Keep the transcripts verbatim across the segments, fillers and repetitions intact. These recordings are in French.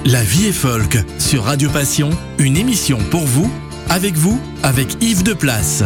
La vie est folk sur Radio Passion, une émission pour vous, avec vous, avec Yves Deplace.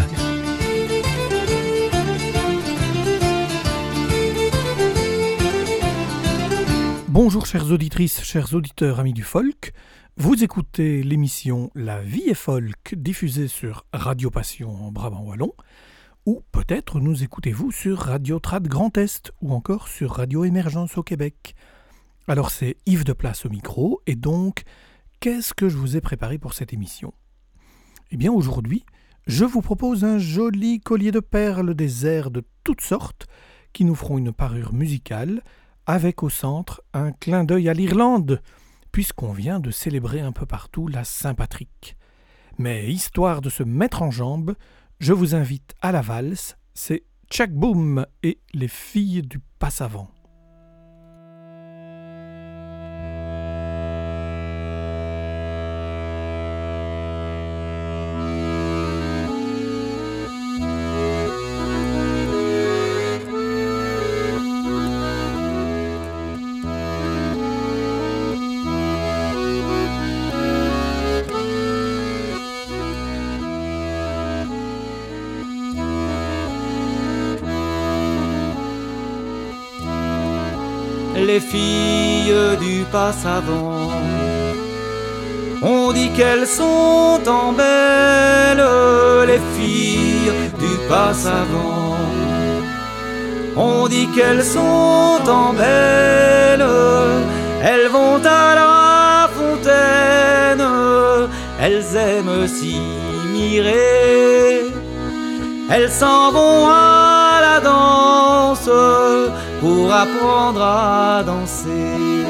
Bonjour chères auditrices, chers auditeurs, amis du folk. Vous écoutez l'émission La vie est folk diffusée sur Radio Passion en Brabant Wallon, ou peut-être nous écoutez-vous sur Radio Trad Grand Est ou encore sur Radio Émergence au Québec. Alors c'est Yves Deplace au micro, et donc, qu'est-ce que je vous ai préparé pour cette émission ? Eh bien aujourd'hui, je vous propose un joli collier de perles des airs de toutes sortes qui nous feront une parure musicale, avec au centre un clin d'œil à l'Irlande, puisqu'on vient de célébrer un peu partout la Saint-Patrick. Mais histoire de se mettre en jambes, je vous invite à la valse, c'est Tchak Boom et les filles du Passavant. Les filles du Passavant, on dit qu'elles sont en belle. Les filles du Passavant, on dit qu'elles sont en belle. Elles vont à la fontaine, elles aiment s'y mirer. Elles s'en vont à la danse pour apprendre à danser.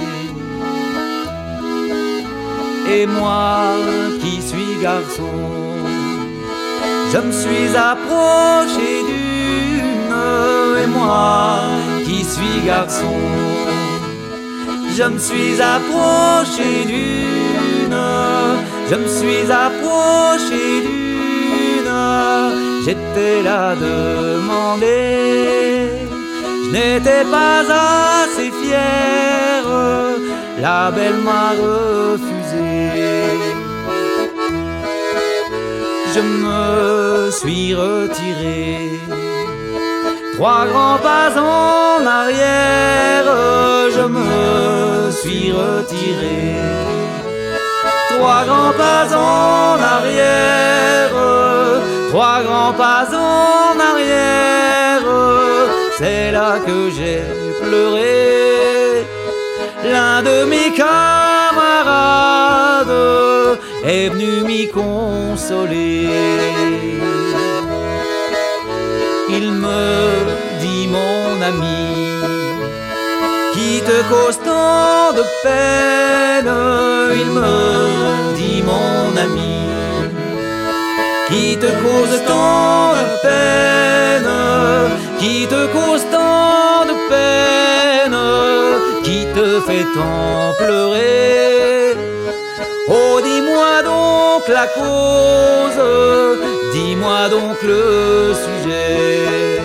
Et moi qui suis garçon, je me suis approché d'une. Et moi qui suis garçon, je me suis approché d'une. Je me suis approché d'une. J'étais là demandé. Je n'étais pas assez fier, la belle m'a refusé. Je me suis retiré, trois grands pas en arrière. Je me suis retiré, trois grands pas en arrière. Trois grands pas en arrière. C'est là que j'ai pleuré. L'un de mes camarades est venu m'y consoler. Il me dit, mon ami, qui te cause tant de peine. Il me dit, mon ami, qui te cause tant de peine, qui te cause tant de peine, qui te fait tant pleurer. Oh, dis-moi donc la cause, dis-moi donc le sujet.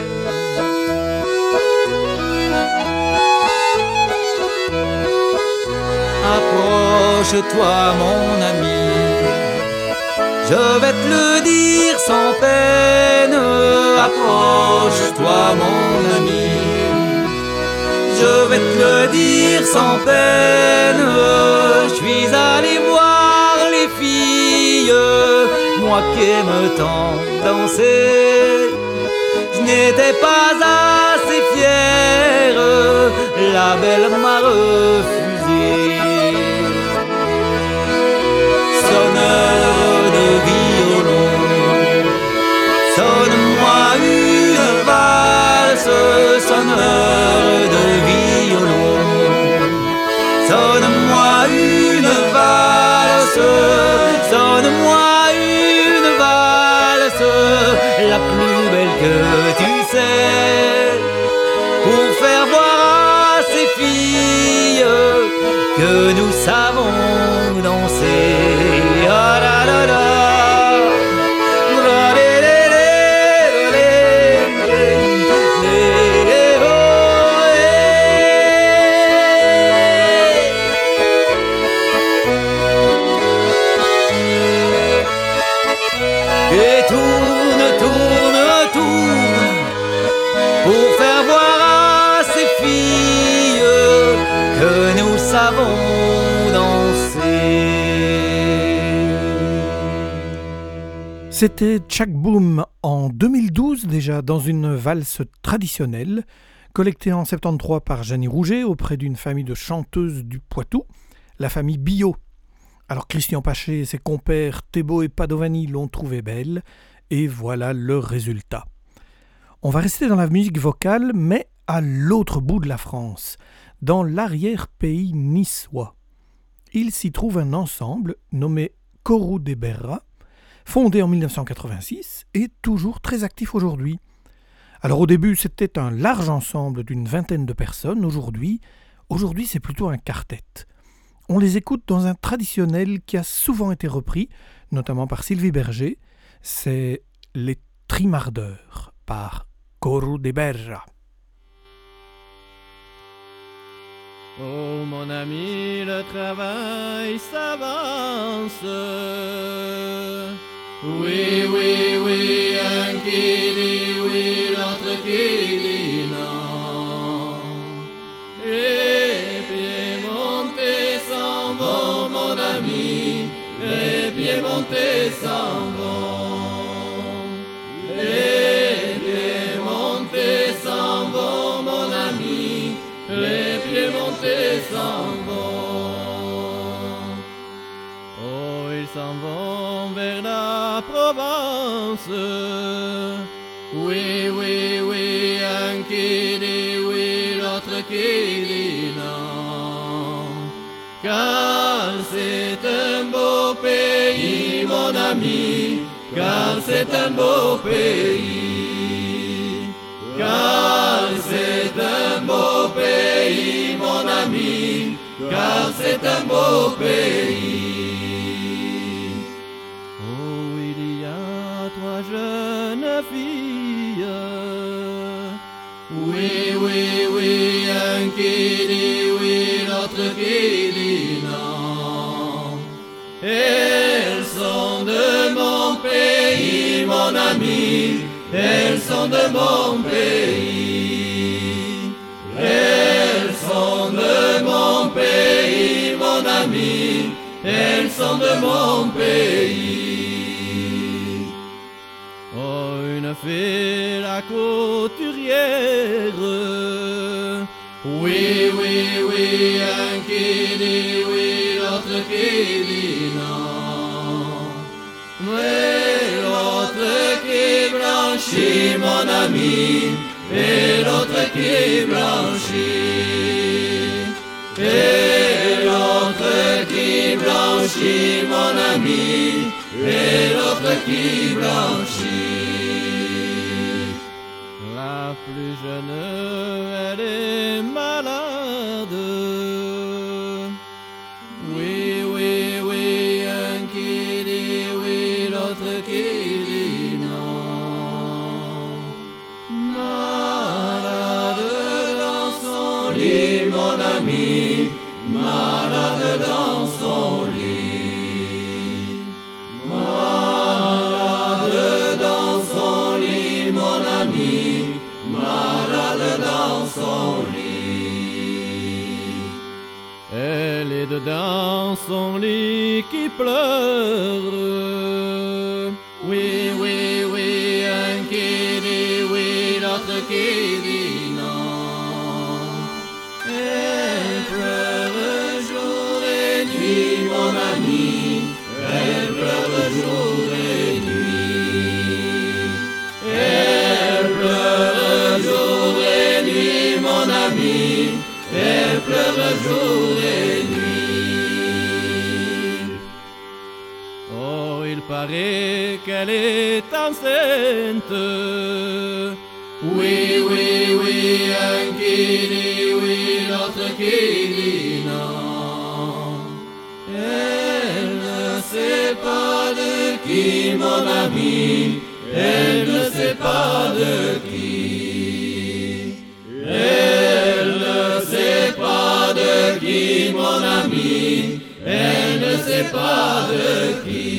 Approche-toi, mon ami, je vais te le dire sans peine. Approche-toi, mon ami, je vais te le dire sans peine. Je suis allé voir les filles, moi qui aime tant danser. Je n'étais pas assez fier, la belle m'a refusé. Sonneur de violon, sonne-moi une valse. Sonneur de violon, sonne-moi une valse. Sonne-moi une valse, la plus belle que tu sais, pour faire voir à ces filles que nous savons danser. Ah la la la. avons dansé. C'était Tchak Boom en deux mille douze déjà dans une valse traditionnelle collectée en soixante-treize par Jeannie Rouget auprès d'une famille de chanteuses du Poitou, la famille Billot. Alors Christian Paché et ses compères Thébault et Padovani l'ont trouvée belle et voilà le résultat. On va rester dans la musique vocale mais à l'autre bout de la France, dans l'arrière-pays niçois. Il s'y trouve un ensemble nommé Corou de Berra, fondé en mille neuf cent quatre-vingt-six et toujours très actif aujourd'hui. Alors au début c'était un large ensemble d'une vingtaine de personnes, aujourd'hui, aujourd'hui c'est plutôt un quartet. On les écoute dans un traditionnel qui a souvent été repris, notamment par Sylvie Berger, c'est Les Trimardeurs par Corou de Berra. Oh mon ami, le travail s'avance. Oui, oui, oui, un qui dit oui, l'autre qui dit non. Les pieds montés s'en vont, mon ami, les pieds montés s'en vont. Les pieds montés s'en vont, mon ami, les pieds montés s'en vont. Oh, ils s'en vont vers la Provence. Oui, oui, oui, un qui dit oui, l'autre qui dit non. Car c'est un beau pays, mon ami, car c'est un beau pays. Car c'est un beau pays, mon ami, car c'est un beau pays. Oh, il y a trois jeunes filles. Oui, oui, oui, un qui dit oui, l'autre qui dit non. Elles sont de mon pays, mon ami, elles sont de mon pays. Elles sont de mon pays, mon ami, elles sont de mon pays. Oh, une fée la couturière. Oui, oui, oui, un qui dit oui, l'autre qui dit non. Mais l'autre qui blanchit, mon ami, et l'autre qui blanchit. Et l'autre qui blanchit, mon ami, et l'autre qui blanchit. La plus jeune, elle est malade. Oui, oui, oui, un qui dit oui, l'autre qui dit non. Malade dans son lit, mon ami, malade dans son lit. Malade dans son lit, mon ami, malade dans son lit. Elle est dedans son lit qui pleure. Oui, oui, oui, un qui dit oui, l'autre qui dit non. Elle pleure jour et nuit, mon ami, elle pleure jour et nuit. Elle pleure jour et nuit, mon ami, elle pleure jour et nuit. Oh, il paraît qu'elle est enceinte. Oui, oui, oui, un qui dit oui, l'autre qui dit non. Elle ne sait pas de qui, mon ami, elle ne sait pas de qui. Elle ne sait pas de qui, mon ami, elle ne sait pas de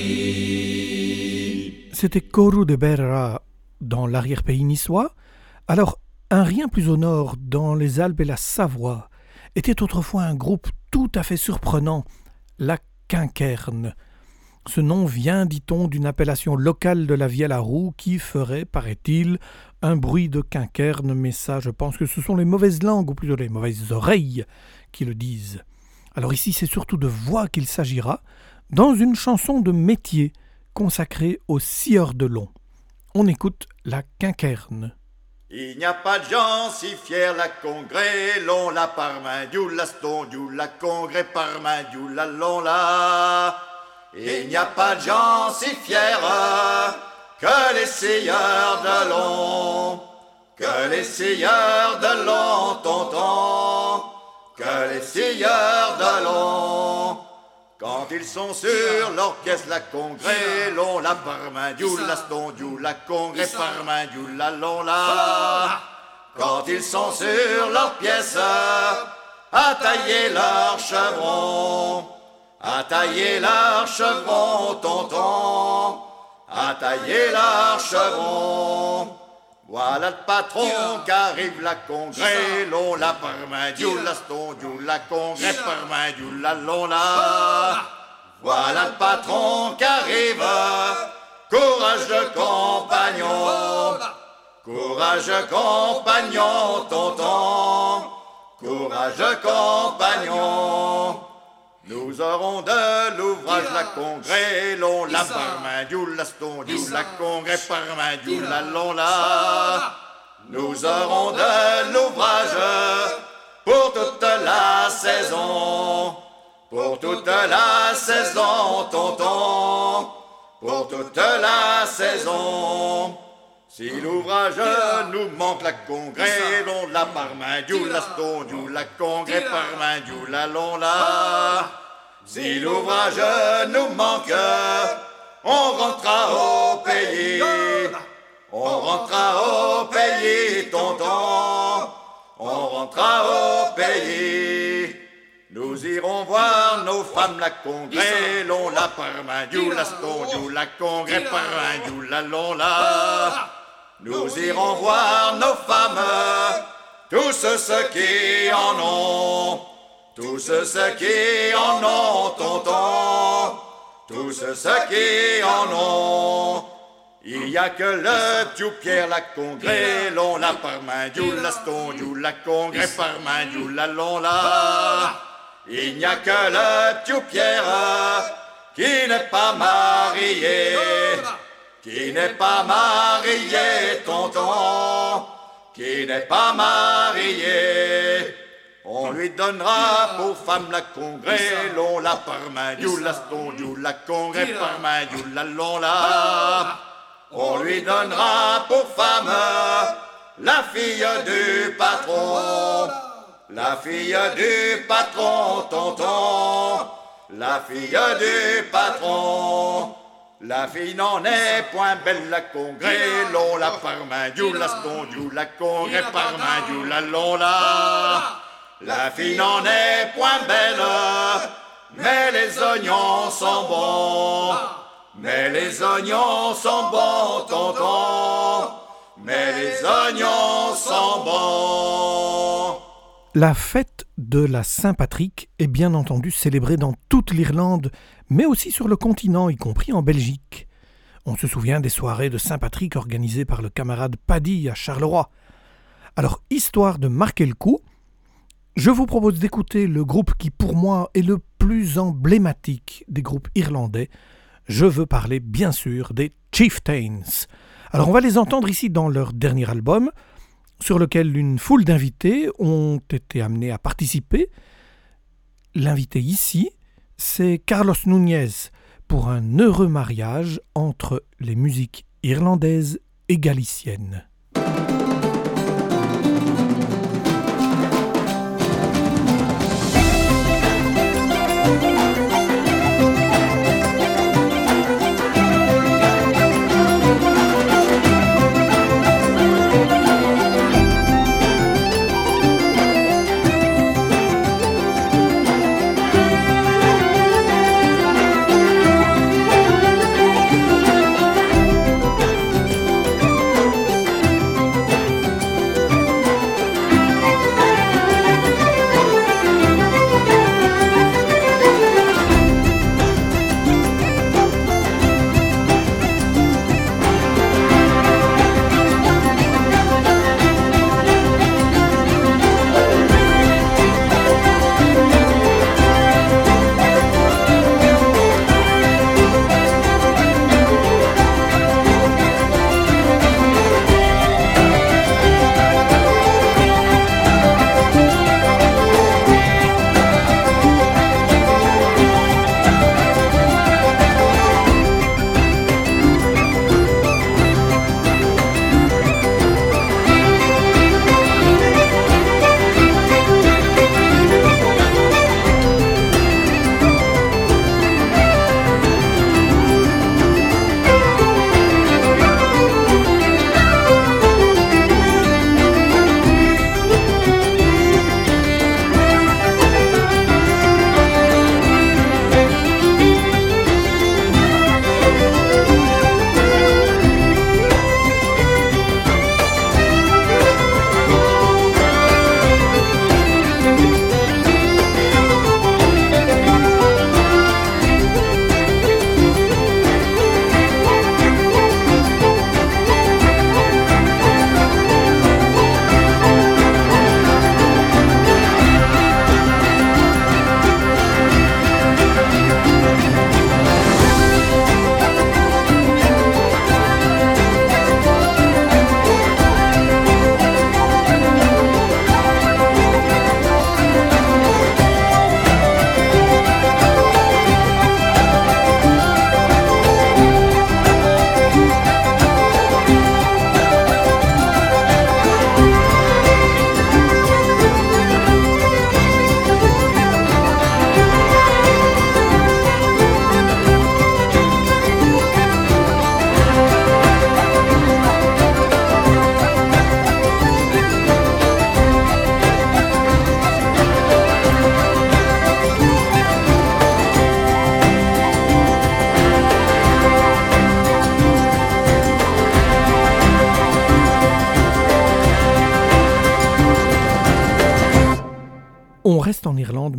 qui. C'était Corou de Berra dans l'arrière-pays niçois. Alors, un rien plus au nord, dans les Alpes et la Savoie, était autrefois un groupe tout à fait surprenant, la quinquerne. Ce nom vient, dit-on, d'une appellation locale de la vielle à roue qui ferait, paraît-il, un bruit de quinquerne, mais ça, je pense que ce sont les mauvaises langues, ou plutôt les mauvaises oreilles, qui le disent. Alors ici, c'est surtout de voix qu'il s'agira, dans une chanson de métier consacrée aux scieurs de long. On écoute la quinquerne. Il n'y a pas de gens si fiers, la congrès, l'on la par main, du la ston, du la congrès par main, du la l'on la. Il n'y a pas de gens si fiers que les scieurs de long, que les scieurs de long, tonton, que les scieurs de long. Quand ils sont sur leur pièce, la congrès, l'on la par main, du la ston, du la congrès par main, du la l'on la. Quand ils sont sur leur pièce, à tailler leur chevron, à tailler leur chevron, tonton, à tailler leur chevron. Voilà le patron qu'arrive la congrès, l'on la par main, du la ston, du la congrès par main, du la l'on la. Voilà le patron qu'arrive, courage de compagnon, courage de compagnon, tonton, courage de compagnon. Nous aurons de l'ouvrage la congrès, l'on la par main, du la ston, du la congrès par main, du la l'on la. Nous aurons de l'ouvrage pour toute la saison, pour toute la saison, tonton, pour toute la saison. Si l'ouvrage nous manque la congrès, l'on la par main, du la ston, du la congrès par main, du la l'on la. Si l'ouvrage nous manque, on rentrera au pays, on rentrera au pays, tonton, on rentrera au pays. Nous irons voir nos femmes la congrès, l'on la par main, du la ston, du la congrès par main, du la l'on la. Nous irons voir nos femmes, tous ceux qui en ont, tous ceux qui en ont, tonton, tous ceux qui en ont. Il n'y a que le piou Pierre la congrès, l'on la par main, du la ston, du la congrès par main, du la l'on la. Il n'y a que le piou Pierre qui n'est pas marié, qui n'est pas marié, tonton, qui n'est pas marié. On lui donnera pour femme la congrès, l'on la par main, du la ston, du la congrès par main, du la l'on la. On lui donnera pour femme la fille du patron, la fille du patron, tonton, la fille du patron. La fille n'en est point belle, la congrès, l'on la par main, du la ston, du la congrès par main, du la l'on la. La fille n'en est point belle, mais les oignons sont bons, mais les oignons sont bons, tonton, mais les oignons sont bons. La fête de la Saint-Patrick est bien entendu célébrée dans toute l'Irlande, mais aussi sur le continent, y compris en Belgique. On se souvient des soirées de Saint-Patrick organisées par le camarade Paddy à Charleroi. Alors, histoire de marquer le coup, je vous propose d'écouter le groupe qui, pour moi, est le plus emblématique des groupes irlandais. Je veux parler, bien sûr, des Chieftains. Alors, on va les entendre ici dans leur dernier album, sur lequel une foule d'invités ont été amenés à participer. L'invité ici, c'est Carlos Núñez, pour un heureux mariage entre les musiques irlandaises et galiciennes.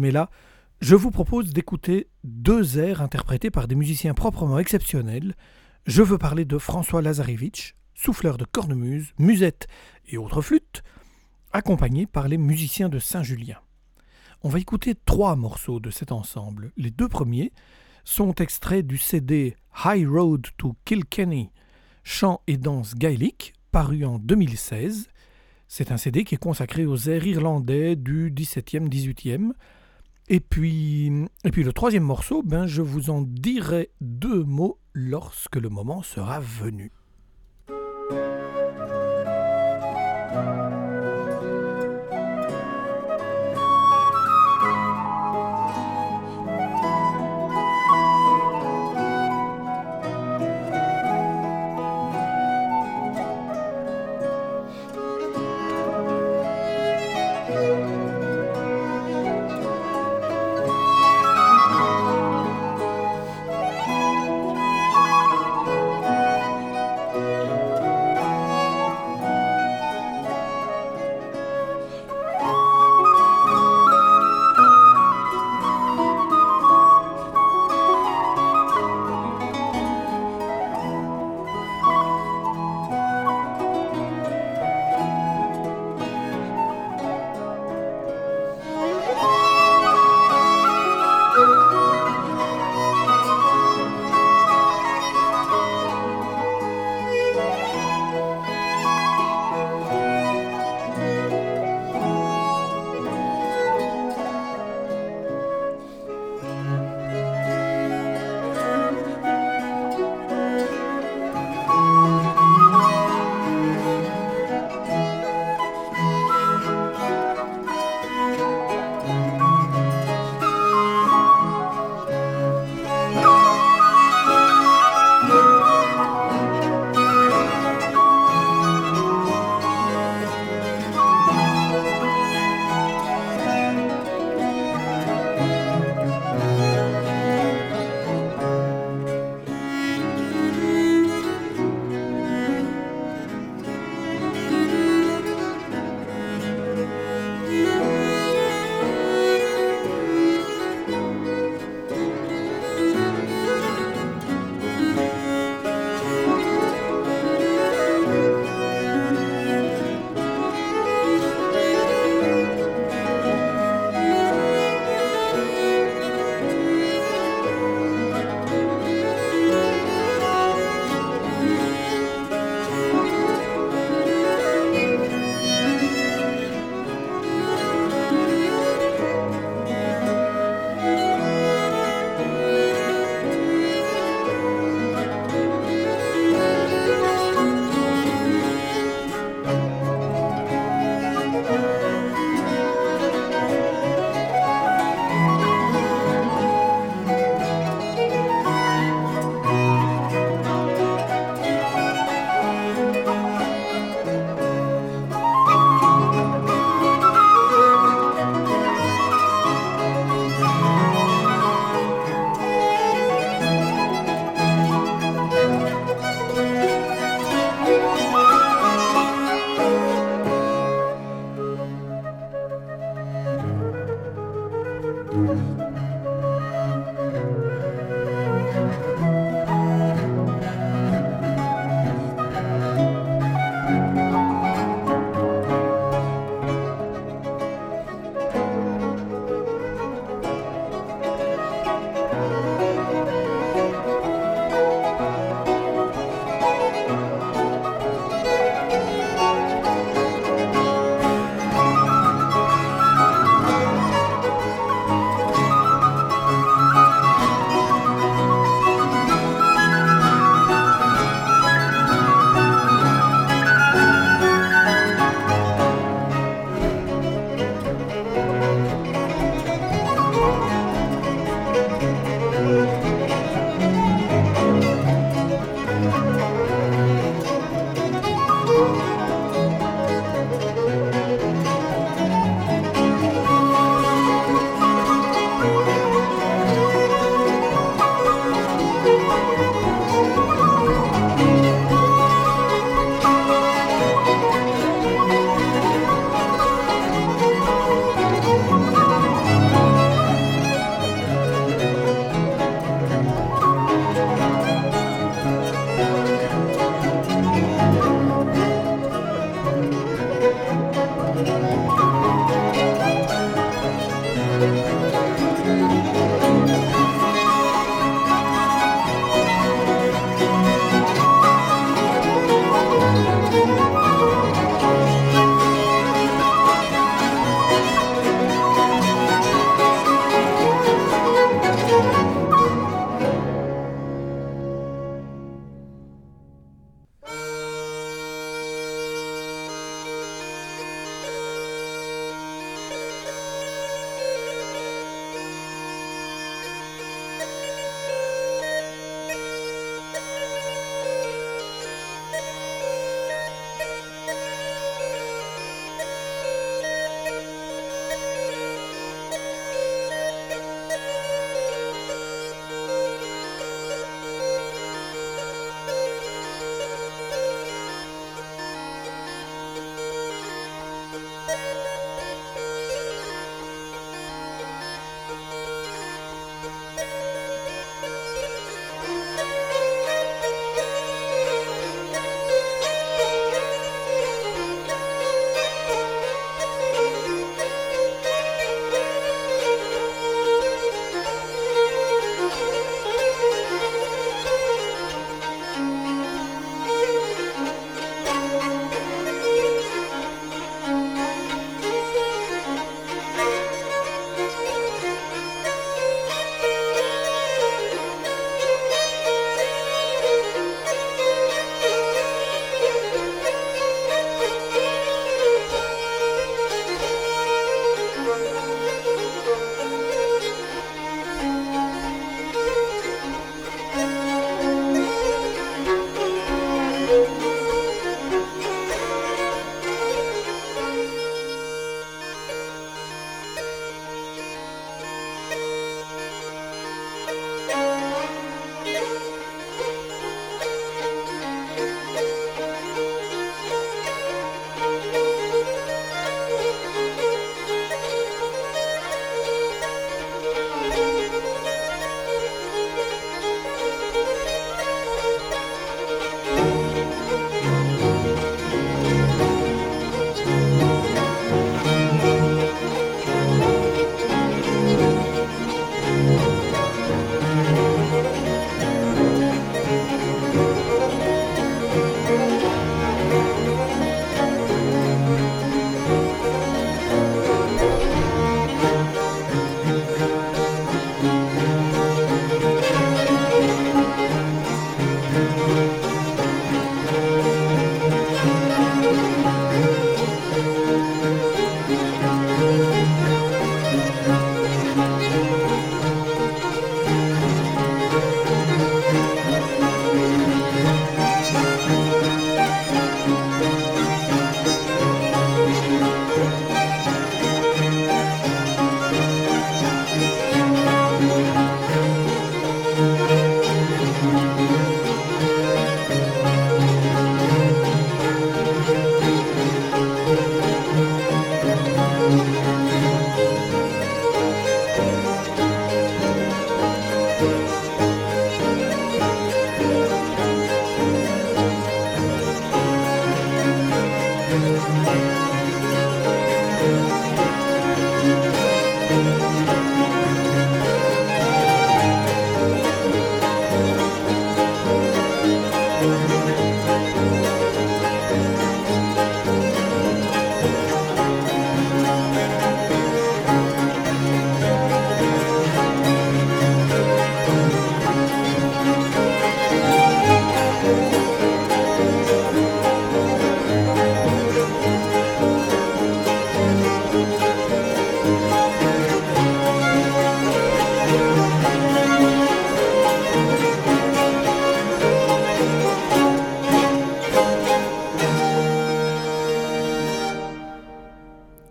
Mais là, je vous propose d'écouter deux airs interprétés par des musiciens proprement exceptionnels. Je veux parler de François Lazarevitch, souffleur de cornemuse, musette et autres flûtes, accompagné par les musiciens de Saint-Julien. On va écouter trois morceaux de cet ensemble. Les deux premiers sont extraits du C D High Road to Kilkenny, chant et danse gaélique, paru en deux mille seize. C'est un C D qui est consacré aux airs irlandais du dix-septième dix-huitième. Et puis, et puis le troisième morceau, ben, je vous en dirai deux mots lorsque le moment sera venu.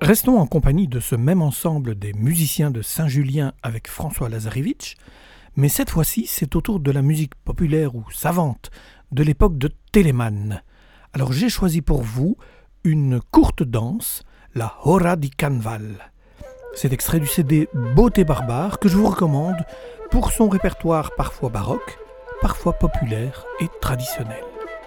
Restons en compagnie de ce même ensemble des musiciens de Saint-Julien avec François Lazarevitch, mais cette fois-ci c'est au tour de la musique populaire ou savante de l'époque de Telemann. Alors j'ai choisi pour vous une courte danse, la Hora di Canval. C'est extrait du C D Beauté barbare que je vous recommande pour son répertoire parfois baroque, parfois populaire et traditionnel.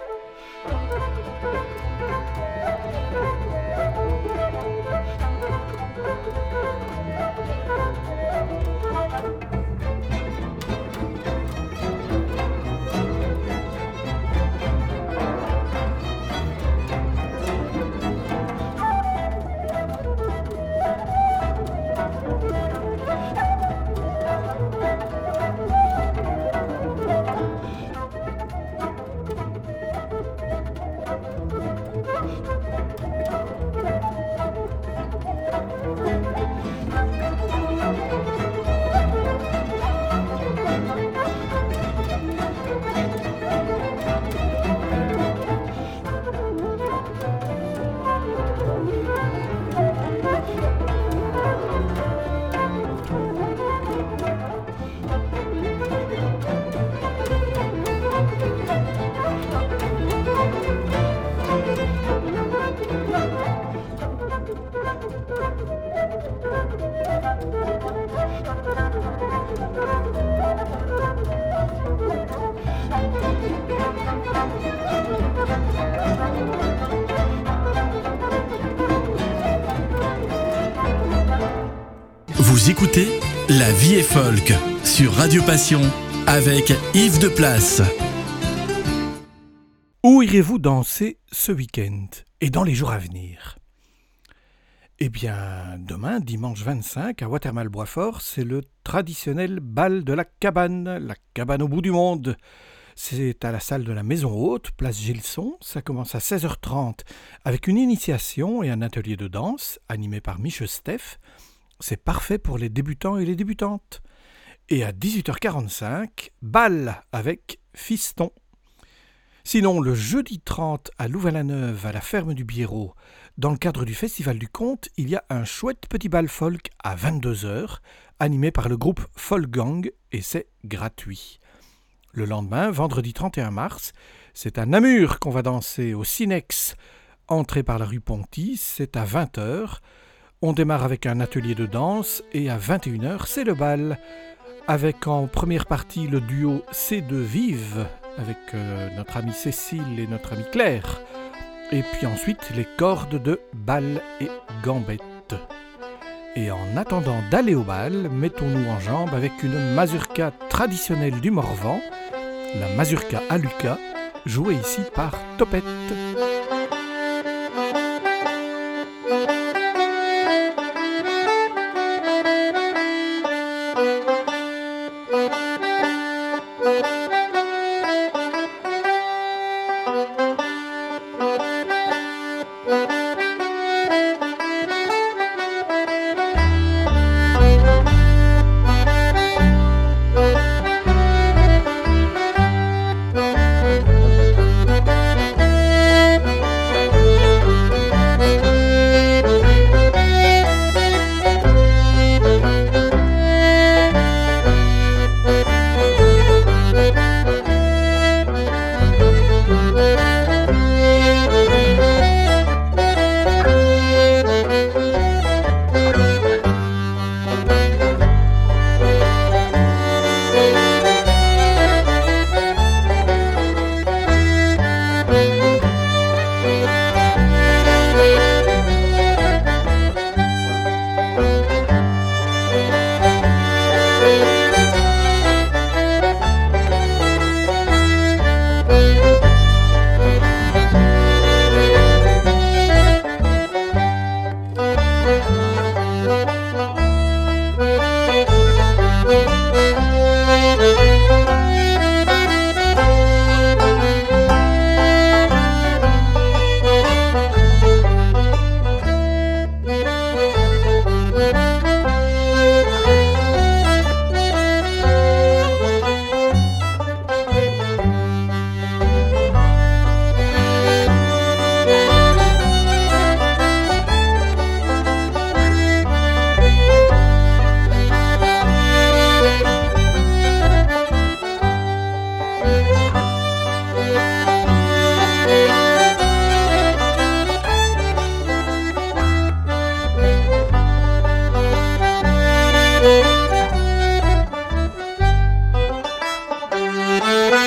Vous écoutez La Vie est folk sur Radio Passion avec Yves Deplace. Où irez-vous danser ce week-end et dans les jours à venir ? Eh bien, demain, dimanche vingt-cinq, à Watermal-Boisfort, c'est le traditionnel bal de la cabane, la cabane au bout du monde. C'est à la salle de la Maison Haute, place Gilson. Ça commence à seize heures trente avec une initiation et un atelier de danse animé par Miche Steff. C'est parfait pour les débutants et les débutantes. Et à dix-huit heures quarante-cinq, bal avec Fiston. Sinon, le jeudi trente à Louvain-la-Neuve, à la ferme du Biérot, dans le cadre du Festival du Conte, il y a un chouette petit bal folk à vingt-deux heures, animé par le groupe Folk Gang, et c'est gratuit. Le lendemain, vendredi trente et un mars, c'est à Namur qu'on va danser au Cinex, entrée par la rue Ponty, c'est à vingt heures. On démarre avec un atelier de danse et à vingt et une heures, c'est le bal, avec en première partie le duo C deux Vive, avec euh, notre amie Cécile et notre amie Claire, et puis ensuite les cordes de Bal et Gambette. Et en attendant d'aller au bal, mettons-nous en jambe avec une mazurka traditionnelle du Morvan, la mazurka à Lucas, jouée ici par Topette.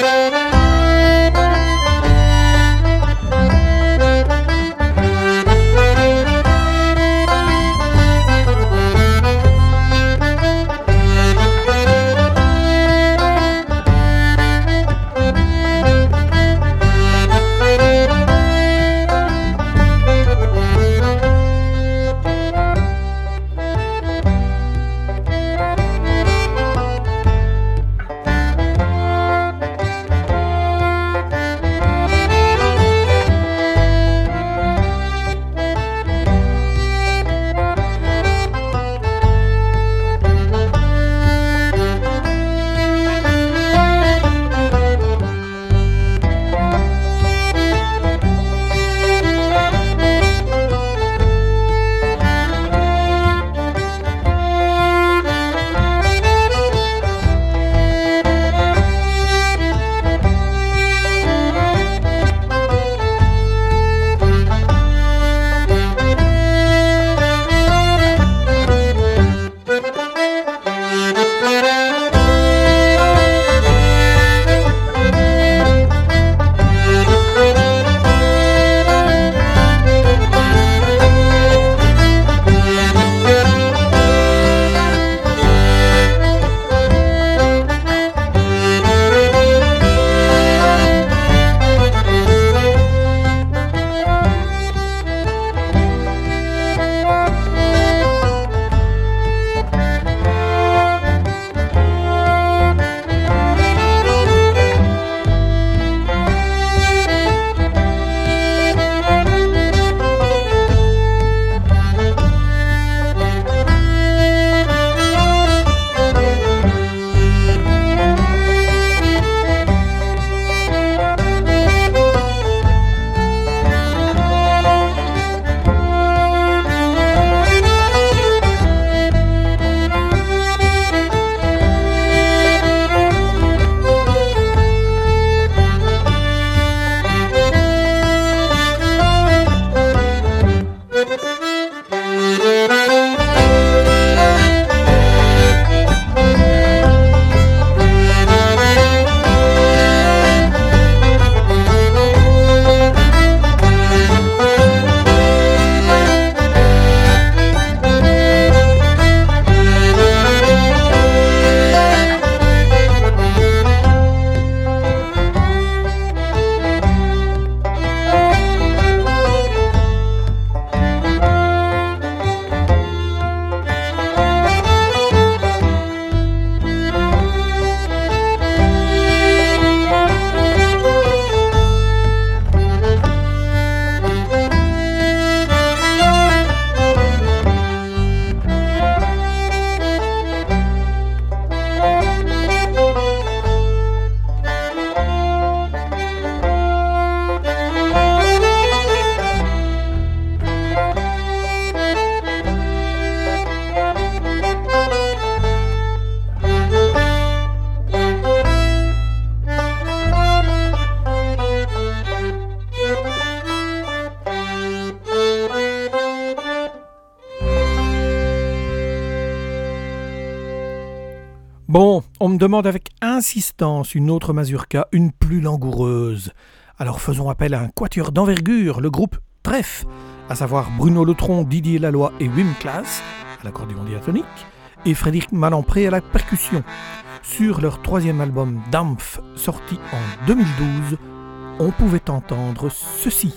Bon, on me demande avec insistance une autre mazurka, une plus langoureuse. Alors faisons appel à un quatuor d'envergure, le groupe Trèfle, à savoir Bruno Lautron, Didier Laloy et Wim Klaas à l'accordéon diatonique et Frédéric Malempré à la percussion. Sur leur troisième album Dampf, sorti en deux mille douze, on pouvait entendre ceci.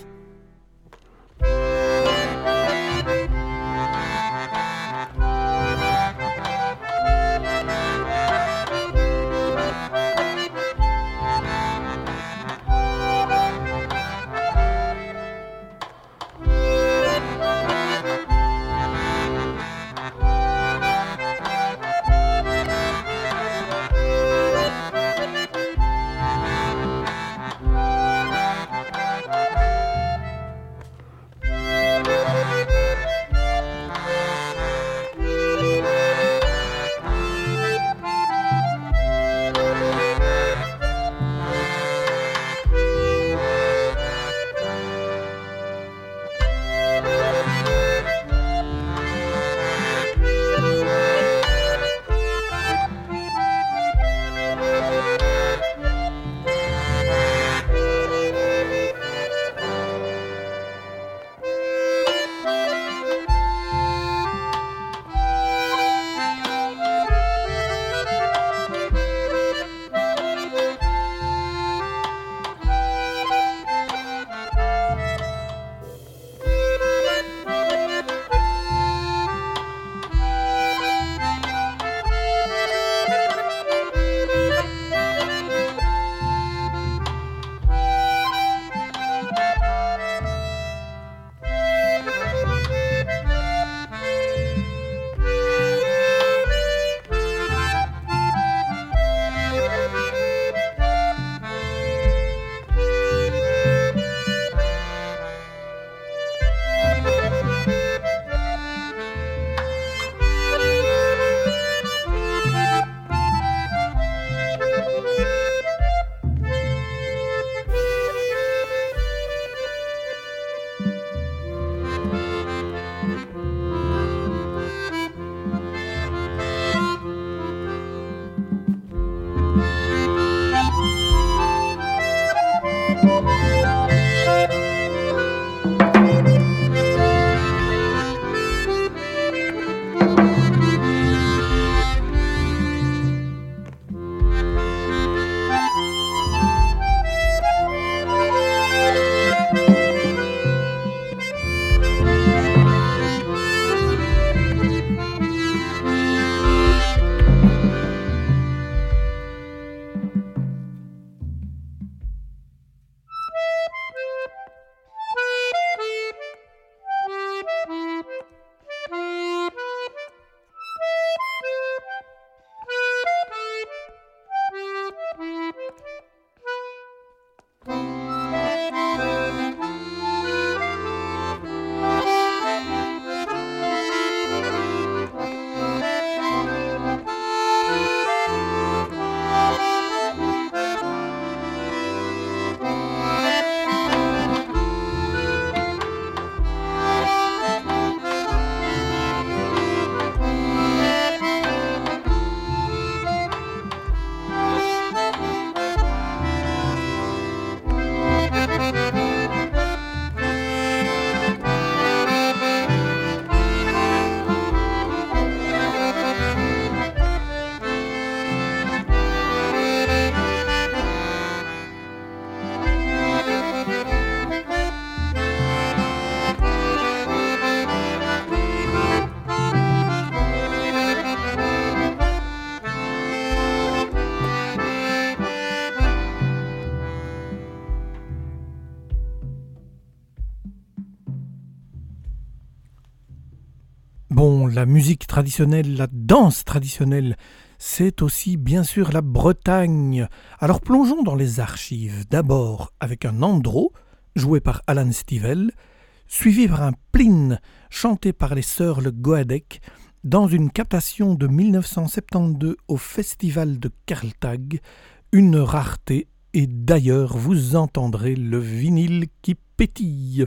Bon, la musique traditionnelle, la danse traditionnelle, c'est aussi bien sûr la Bretagne. Alors plongeons dans les archives, d'abord avec un andro, joué par Alan Stivell, suivi par un plin, chanté par les sœurs Le Goadec, dans une captation de mille neuf cent soixante-douze au Festival de Carltag, une rareté, et d'ailleurs vous entendrez le vinyle qui pétille.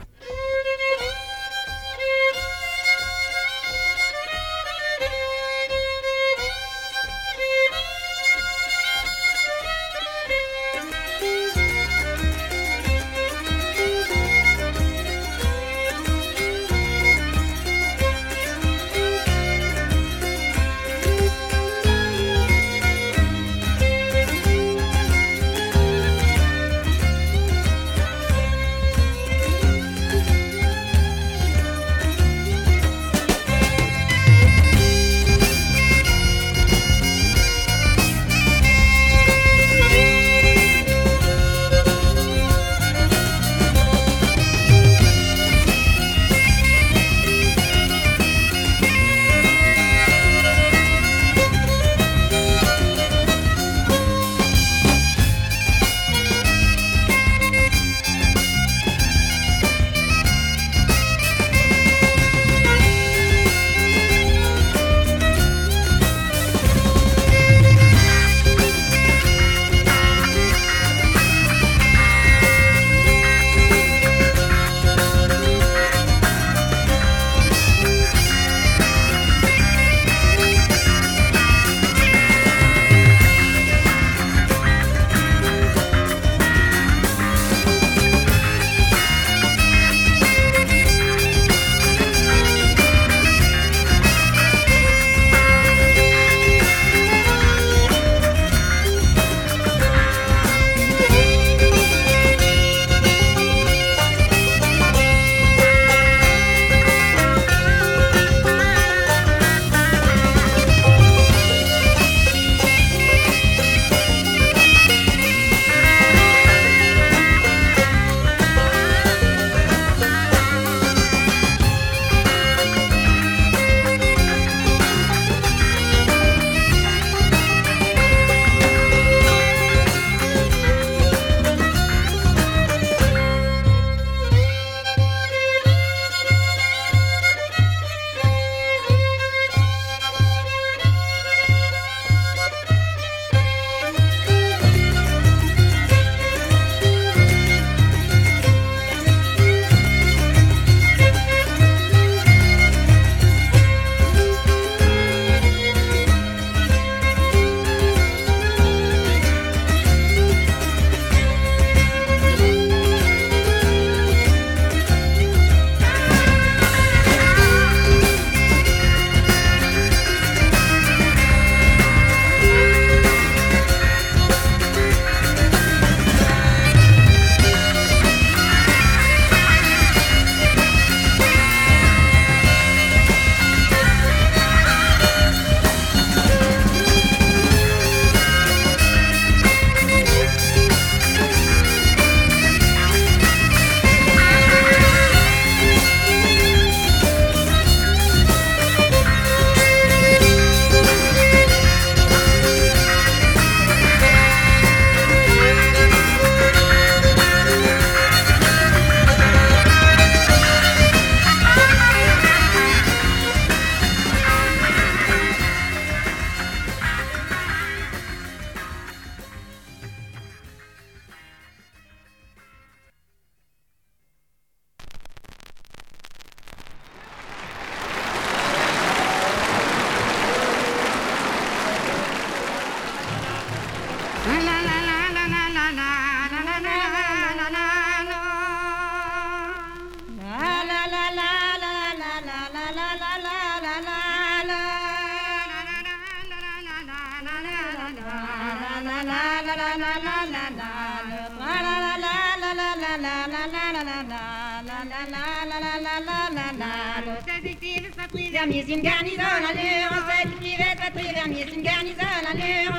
Vermier, c'est une garnison, l'allure, on fait du privé, patrie, Vermier, c'est une garnison, l'allure.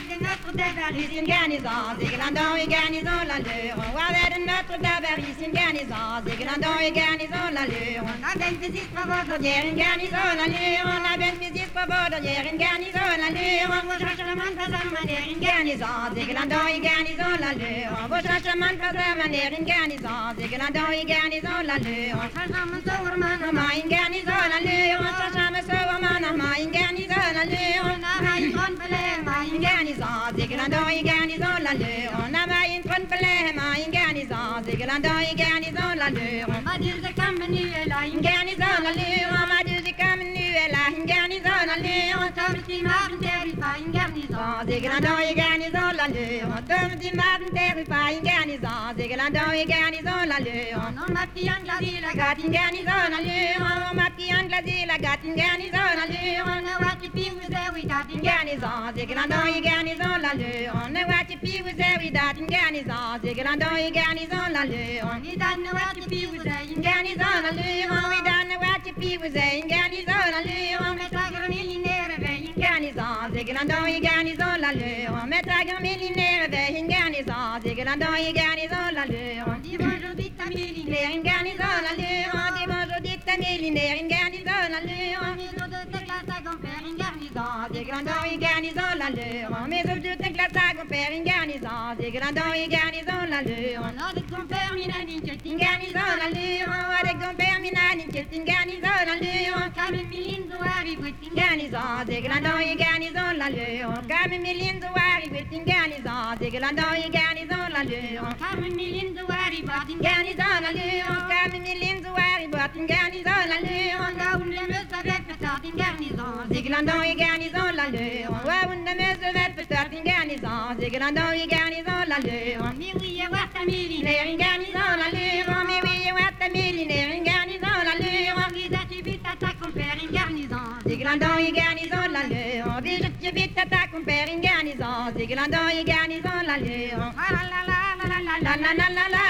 notre Davari, une garnison, Ziglandon et garnison l'allure. On va vers notre Davari, une garnison, Ziglandon et garnison l'allure. On a bien visite pour votre dière, une garnison l'allure. On a bien visite pour votre dière, une garnison l'allure. On va chercher le monde pas à manière, une garnison, Ziglandon et garnison l'allure. On va chercher le monde pas à manière, une garnison, Ziglandon et garnison l'allure. On cherche un monde sur man, on a une garnison l'allure. On cherche un monde sur man, on a une garnison l'allure. On a une grande pelée, une garnison, Ziglandon et garnison l'allure. On a une grande pelée, une garnison, Ziglandon et garnison l'allure. On m'a dit c'est comme nu, elle a une garnison l'allure. On m'a dit c'est comme nu, elle a une garnison l'allure. On tombe si marre, une terre, pas une garnison, Ziglandon et garnison l'allure. On tombe si marre, une terre, pas une garnison, Ziglandon et garnison l'allure. On m'a pris un glacis, la gâte une garnison l'allure. On m'a pris un glacis, la gâte une garnison l'allure. On a watch it, puis vous avez got une garnison, Ziglandon et garnison l'allure. On a watch it, puis vous avez got une garnison, Ziglandon et garnison l'allure. On y donne watch it, puis vous avez une garnison l'allure. On y donne watch it, puis vous avez une garnison l'allure. On met la grand millénaire avec une garnison, Ziglandon et garnison l'allure. On met la grand millénaire avec une garnison, Ziglandon et garnison l'allure. On dit bonjour, dites à millénaire, une garnison l'allure. On dit bonjour, dites à millénaire, une garnison l'allure. On met nos deux classes à compère, une garnison, Ziglandon et garnison l'allure. On met nos deux classes à compère, une garnison, Ziglandon et garnison l'allure. On a des compères, minani, une garnison l'allure. On a des compères, minani, une garnison l'allure. On calme Méline Zouari, une garnison, Ziglandon et garnison l'allure. On calme Méline Zouari, une garnison, Ziglandon et garnison l'allure. On calme Méline Zouari, une garnison l'allure. On calme Méline Zouari, une garnison l'allure. On a une meuse avec peut-être une garnison, Ziglandon et garnison l'allure. On a une meuse avec peut-être une garnison, Ziglandon et garnison l'allure. On dit oui, et what a millinaire, une garnison l'allure. On dit oui, et what a millinaire, une garnison l'allure. On dit ça tu vite à ta compère, une garnison, Ziglandon et garnison l'allure. On dit je tu vite à ta compère, une garnison, Ziglandon et garnison l'allure. Ah la la la la la la la la la la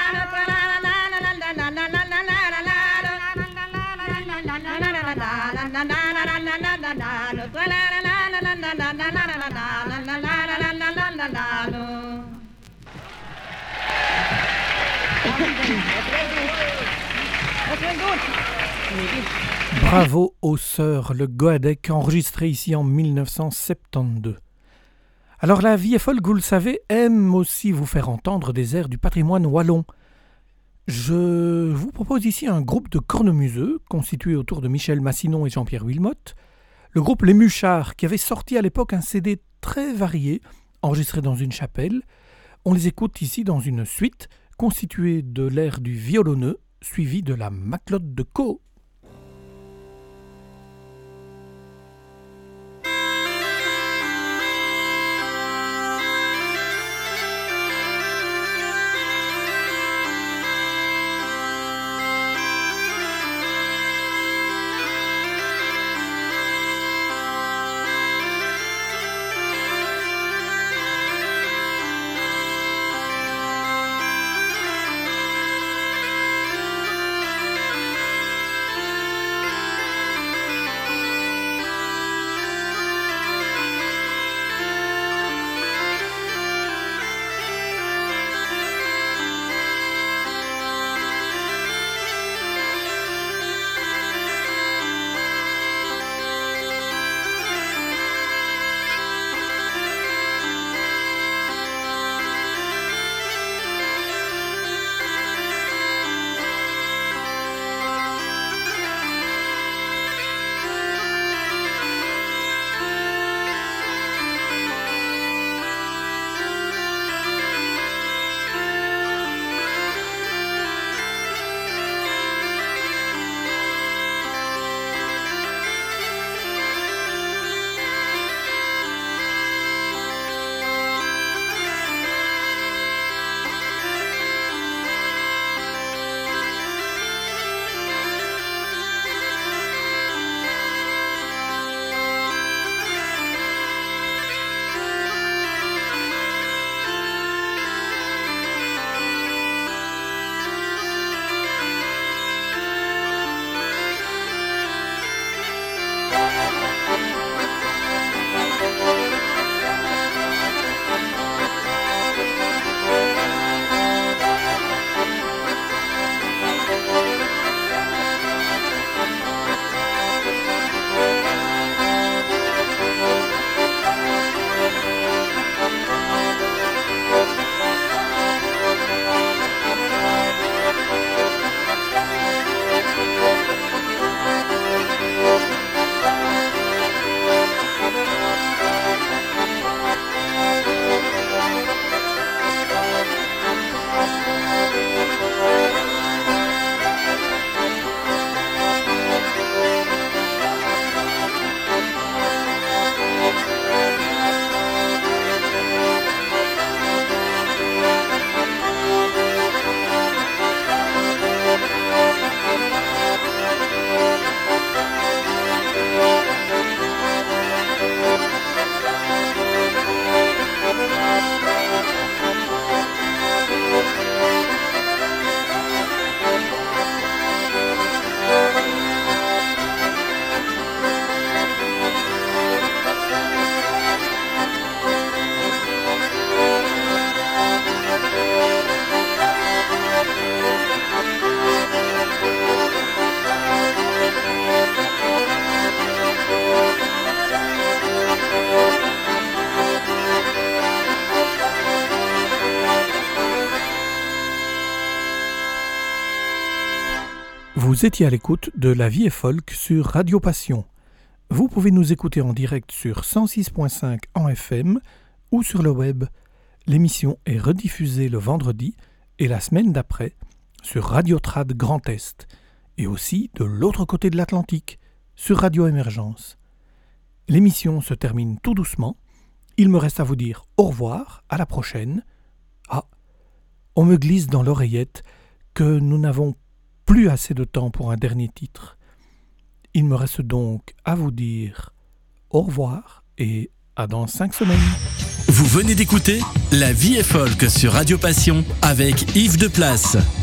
Bravo aux sœurs Le Goadec, enregistré ici en mille neuf cent soixante-douze. Alors la vie est folle, vous le savez, aime aussi vous faire entendre des airs du patrimoine wallon. Je vous propose ici un groupe de cornemuseux constitué autour de Michel Massinon et Jean-Pierre Wilmotte, le groupe Les Muchards qui avait sorti à l'époque un C D très varié, enregistré dans une chapelle. On les écoute ici dans une suite constituée de l'air du violonneux suivi de la matelote de Caux. Thank Vous étiez à l'écoute de La Vie est folk sur Radio Passion. Vous pouvez nous écouter en direct sur cent six virgule cinq en F M ou sur le web. L'émission est rediffusée le vendredi et la semaine d'après sur Radio Trad Grand Est et aussi de l'autre côté de l'Atlantique sur Radio Émergence. L'émission se termine tout doucement. Il me reste à vous dire au revoir, à la prochaine. Ah, on me glisse dans l'oreillette que nous n'avons plus assez de temps pour un dernier titre. Il me reste donc à vous dire au revoir et à dans cinq semaines. Vous venez d'écouter La Vie est folk sur Radio Passion avec Yves Deplace.